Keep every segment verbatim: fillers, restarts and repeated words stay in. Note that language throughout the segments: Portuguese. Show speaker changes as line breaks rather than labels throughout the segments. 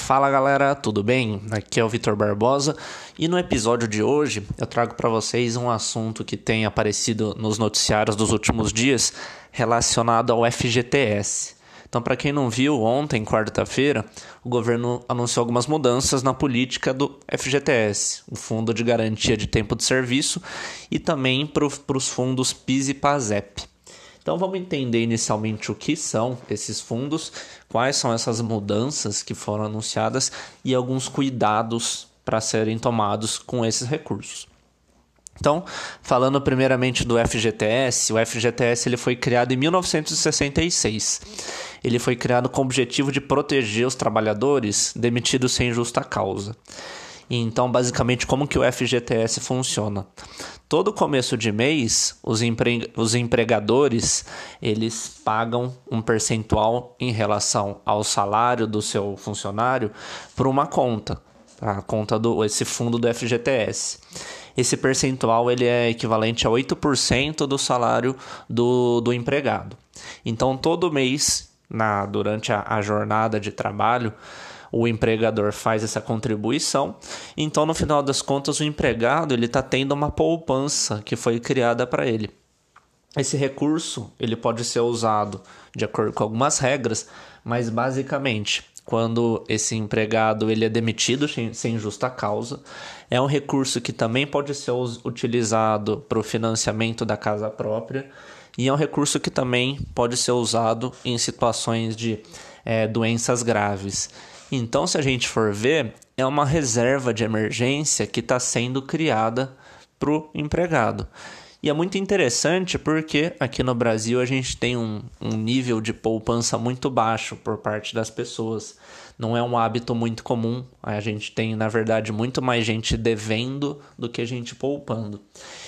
Fala galera, tudo bem? Aqui é o Vitor Barbosa e no episódio de hoje eu trago para vocês um assunto que tem aparecido nos noticiários dos últimos dias relacionado ao F G T S. Então, para quem não viu, ontem, quarta-feira, o governo anunciou algumas mudanças na política do F G T S, o Fundo de Garantia de Tempo de Serviço, e também para os fundos PIS e PASEP. Então vamos entender inicialmente o que são esses fundos, quais são essas mudanças que foram anunciadas e alguns cuidados para serem tomados com esses recursos. Então, falando primeiramente do F G T S, o F G T S ele foi criado em mil novecentos e sessenta e seis. Ele foi criado com o objetivo de proteger os trabalhadores demitidos sem justa causa. Então, basicamente, como que o F G T S funciona? Todo começo de mês, os, empre... os empregadores, eles pagam um percentual em relação ao salário do seu funcionário por uma conta, a conta do esse fundo do F G T S. Esse percentual ele é equivalente a oito por cento do salário do, do empregado. Então, todo mês, na, durante a, a jornada de trabalho, o empregador faz essa contribuição. Então, no final das contas, o empregado ele está tendo uma poupança que foi criada para ele. Esse recurso ele pode ser usado de acordo com algumas regras, mas basicamente, quando esse empregado ele é demitido sem justa causa, é um recurso que também pode ser utilizado para o financiamento da casa própria e é um recurso que também pode ser usado em situações de é, doenças graves. Então, se a gente for ver, é uma reserva de emergência que está sendo criada para o empregado. E é muito interessante porque aqui no Brasil a gente tem um, um nível de poupança muito baixo por parte das pessoas. Não é um hábito muito comum. A gente tem, na verdade, muito mais gente devendo do que gente poupando.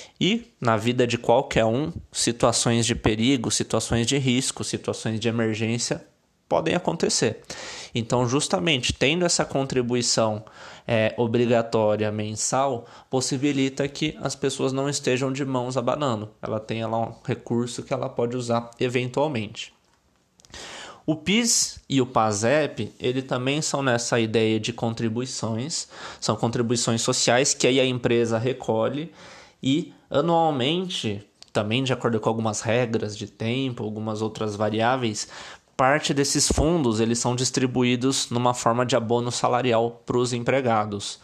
E na vida de qualquer um, situações de perigo, situações de risco, situações de emergência podem acontecer. Então, justamente tendo essa contribuição é, obrigatória mensal, possibilita que as pessoas não estejam de mãos abanando. Ela tenha lá um recurso que ela pode usar eventualmente. O PIS e o PASEP, ele também são nessa ideia de contribuições, são contribuições sociais que aí a empresa recolhe e anualmente, também de acordo com algumas regras de tempo, algumas outras variáveis, parte desses fundos eles são distribuídos numa forma de abono salarial para os empregados.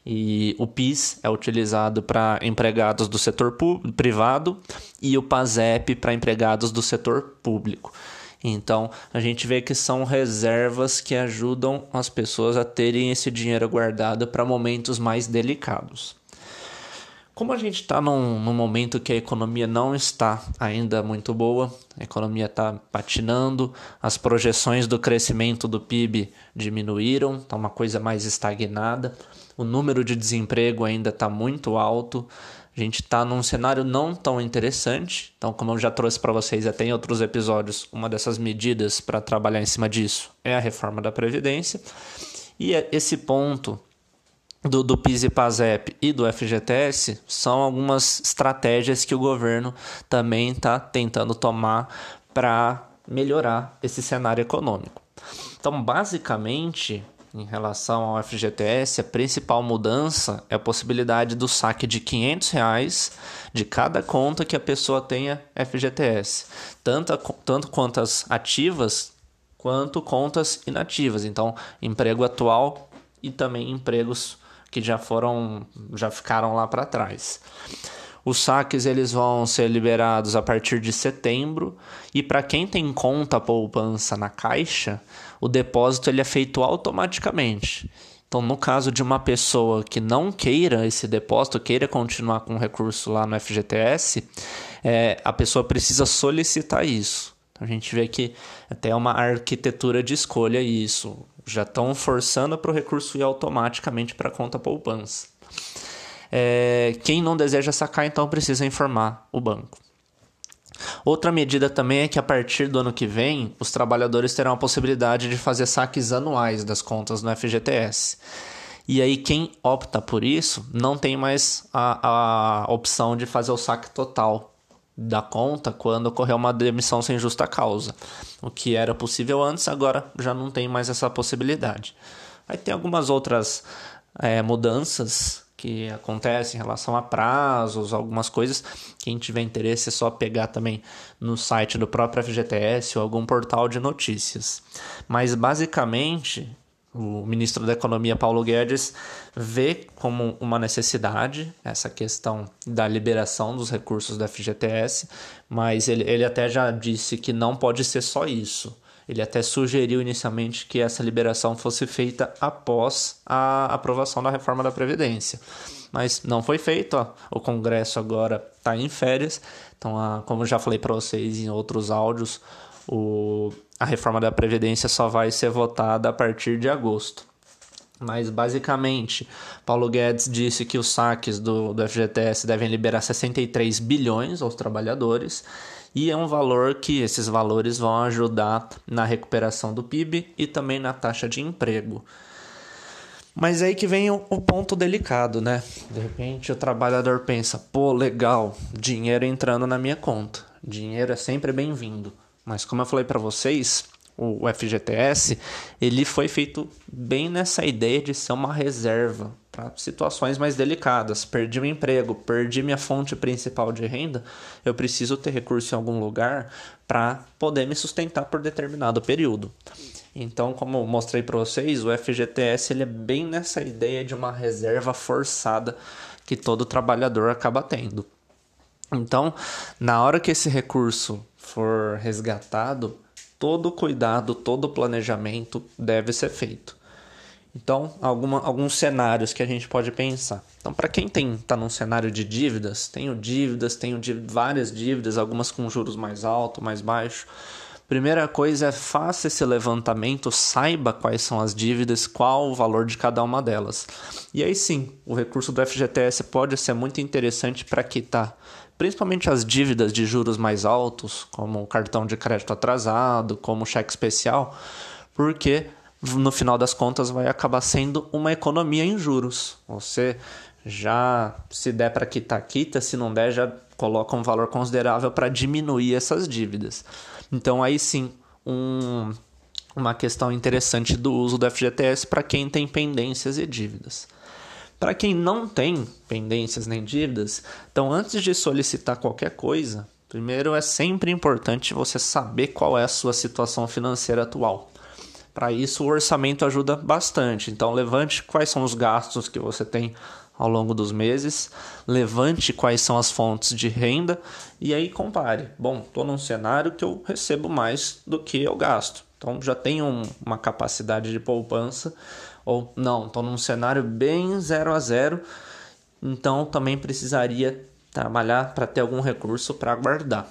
E o PIS é utilizado para empregados do setor privado e o PASEP para empregados do setor público. Então, a gente vê que são reservas que ajudam as pessoas a terem esse dinheiro guardado para momentos mais delicados. Como a gente está num, num momento que a economia não está ainda muito boa, a economia está patinando, as projeções do crescimento do P I B diminuíram, está uma coisa mais estagnada, o número de desemprego ainda está muito alto, a gente está num cenário não tão interessante. Então, como eu já trouxe para vocês até em outros episódios, uma dessas medidas para trabalhar em cima disso é a reforma da Previdência. E esse ponto do, do PIS e PASEP e do F G T S são algumas estratégias que o governo também está tentando tomar para melhorar esse cenário econômico. Então, basicamente, em relação ao F G T S, a principal mudança é a possibilidade do saque de quinhentos reais de cada conta que a pessoa tenha F G T S, tanto, tanto contas ativas quanto contas inativas. Então, emprego atual e também empregos que já foram, já ficaram lá para trás. Os saques eles vão ser liberados a partir de setembro e para quem tem conta poupança na Caixa, o depósito ele é feito automaticamente. Então, no caso de uma pessoa que não queira esse depósito, queira continuar com o recurso lá no F G T S, é, a pessoa precisa solicitar isso. Então, a gente vê que até uma arquitetura de escolha isso. Já estão forçando para o recurso ir automaticamente para a conta poupança. É, quem não deseja sacar, então precisa informar o banco. Outra medida também é que a partir do ano que vem, os trabalhadores terão a possibilidade de fazer saques anuais das contas no F G T S. E aí quem opta por isso não tem mais a, a opção de fazer o saque total da conta quando ocorrer uma demissão sem justa causa. O que era possível antes, agora já não tem mais essa possibilidade. Aí tem algumas outras é, mudanças que acontecem em relação a prazos, algumas coisas. Quem tiver interesse é só pegar também no site do próprio F G T S ou algum portal de notícias. Mas basicamente, o ministro da Economia, Paulo Guedes, vê como uma necessidade essa questão da liberação dos recursos da F G T S, mas ele, ele até já disse que não pode ser só isso. Ele até sugeriu inicialmente que essa liberação fosse feita após a aprovação da reforma da Previdência. Mas não foi feito, ó. O Congresso agora está em férias. Então, a, como eu já falei para vocês em outros áudios, o, a reforma da Previdência só vai ser votada a partir de agosto. Mas, basicamente, Paulo Guedes disse que os saques do, do F G T S devem liberar sessenta e três bilhões aos trabalhadores, e é um valor que esses valores vão ajudar na recuperação do P I B e também na taxa de emprego. Mas aí que vem o, o ponto delicado, né? De repente o trabalhador pensa, pô, legal, dinheiro entrando na minha conta. Dinheiro é sempre bem-vindo. Mas como eu falei para vocês, o, o F G T S, ele foi feito bem nessa ideia de ser uma reserva para situações mais delicadas. Perdi o emprego, perdi minha fonte principal de renda, eu preciso ter recurso em algum lugar para poder me sustentar por determinado período. Então, como eu mostrei para vocês, o F G T S ele é bem nessa ideia de uma reserva forçada que todo trabalhador acaba tendo. Então, na hora que esse recurso for resgatado, todo cuidado, todo planejamento deve ser feito. Então, alguma, alguns cenários que a gente pode pensar. Então, para quem está num cenário de dívidas, tenho dívidas, tenho dívidas, várias dívidas, algumas com juros mais altos, mais baixos. Primeira coisa é faça esse levantamento, saiba quais são as dívidas, qual o valor de cada uma delas. E aí sim, o recurso do F G T S pode ser muito interessante para quitar, principalmente as dívidas de juros mais altos, como o cartão de crédito atrasado, como o cheque especial, porque no final das contas vai acabar sendo uma economia em juros. Você já, se der para quitar, quita, se não der, já coloca um valor considerável para diminuir essas dívidas. Então aí sim, um, uma questão interessante do uso do F G T S para quem tem pendências e dívidas. Para quem não tem pendências nem dívidas, então antes de solicitar qualquer coisa, primeiro é sempre importante você saber qual é a sua situação financeira atual. Para isso, o orçamento ajuda bastante. Então, levante quais são os gastos que você tem ao longo dos meses, levante quais são as fontes de renda e aí compare. Bom, estou num cenário que eu recebo mais do que eu gasto. Então, já tenho um, uma capacidade de poupança. Ou não, estou num cenário bem zero a zero. Então, também precisaria trabalhar para ter algum recurso para guardar.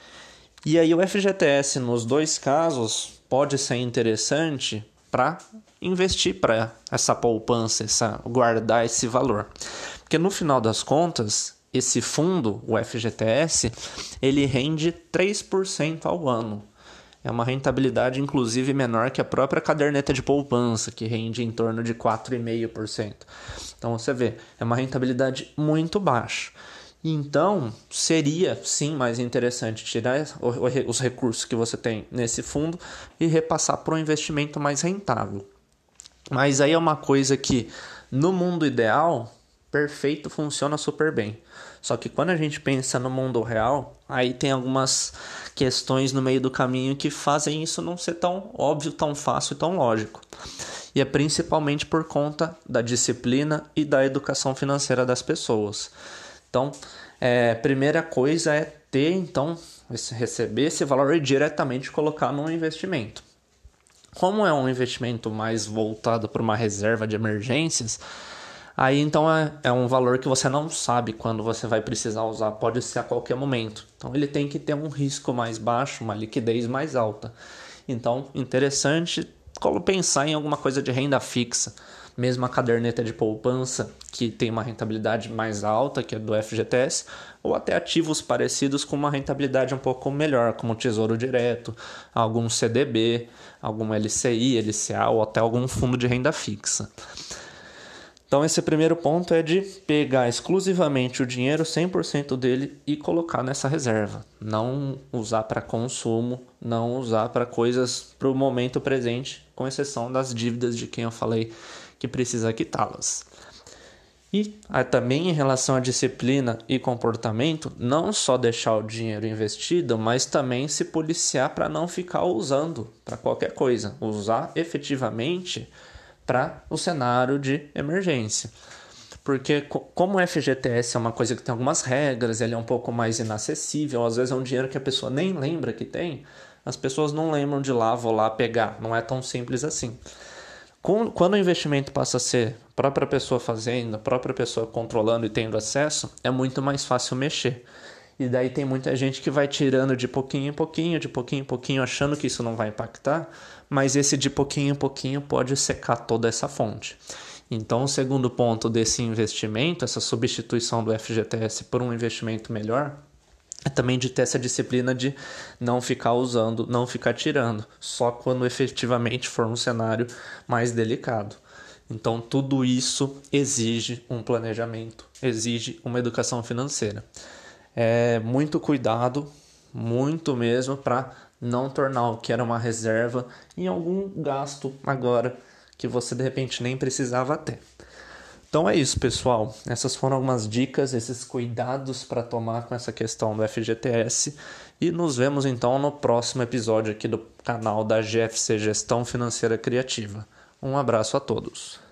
E aí, o F G T S, nos dois casos, pode ser interessante para investir para essa poupança, essa, guardar esse valor. Porque no final das contas, esse fundo, o F G T S, ele rende três por cento ao ano. É uma rentabilidade, inclusive, menor que a própria caderneta de poupança, que rende em torno de quatro vírgula cinco por cento. Então, você vê, é uma rentabilidade muito baixa. Então, seria sim mais interessante tirar os recursos que você tem nesse fundo e repassar para um investimento mais rentável. Mas aí é uma coisa que, no mundo ideal, perfeito, funciona super bem. Só que quando a gente pensa no mundo real, aí tem algumas questões no meio do caminho que fazem isso não ser tão óbvio, tão fácil e tão lógico. E é principalmente por conta da disciplina e da educação financeira das pessoas. Então, é, primeira coisa é ter, então, esse, receber esse valor e diretamente colocar num investimento. Como é um investimento mais voltado para uma reserva de emergências, aí então é, é um valor que você não sabe quando você vai precisar usar, pode ser a qualquer momento. Então ele tem que ter um risco mais baixo, uma liquidez mais alta. Então, interessante pensar em alguma coisa de renda fixa. Mesmo a caderneta de poupança, que tem uma rentabilidade mais alta, que é do F G T S, ou até ativos parecidos com uma rentabilidade um pouco melhor, como Tesouro Direto, algum C D B, algum L C I, L C A ou até algum fundo de renda fixa. Então esse primeiro ponto é de pegar exclusivamente o dinheiro, cem por cento dele, e colocar nessa reserva. Não usar para consumo, não usar para coisas para o momento presente, com exceção das dívidas de quem eu falei que precisa quitá-las. E aí, também em relação à disciplina e comportamento, não só deixar o dinheiro investido, mas também se policiar para não ficar usando para qualquer coisa. Usar efetivamente para o cenário de emergência. Porque como o F G T S é uma coisa que tem algumas regras, ele é um pouco mais inacessível, às vezes é um dinheiro que a pessoa nem lembra que tem, as pessoas não lembram de lá, vou lá pegar, não é tão simples assim. Quando o investimento passa a ser a própria pessoa fazendo, a própria pessoa controlando e tendo acesso, é muito mais fácil mexer. E daí tem muita gente que vai tirando de pouquinho em pouquinho, de pouquinho em pouquinho, achando que isso não vai impactar, mas esse de pouquinho em pouquinho pode secar toda essa fonte. Então, o segundo ponto desse investimento, essa substituição do F G T S por um investimento melhor, é também de ter essa disciplina de não ficar usando, não ficar tirando, só quando efetivamente for um cenário mais delicado. Então, tudo isso exige um planejamento, exige uma educação financeira. É muito cuidado, muito mesmo, para não tornar o que era uma reserva em algum gasto agora que você de repente nem precisava ter. Então é isso, pessoal. Essas foram algumas dicas, esses cuidados para tomar com essa questão do F G T S. E nos vemos então no próximo episódio aqui do canal da G F C Gestão Financeira Criativa. Um abraço a todos.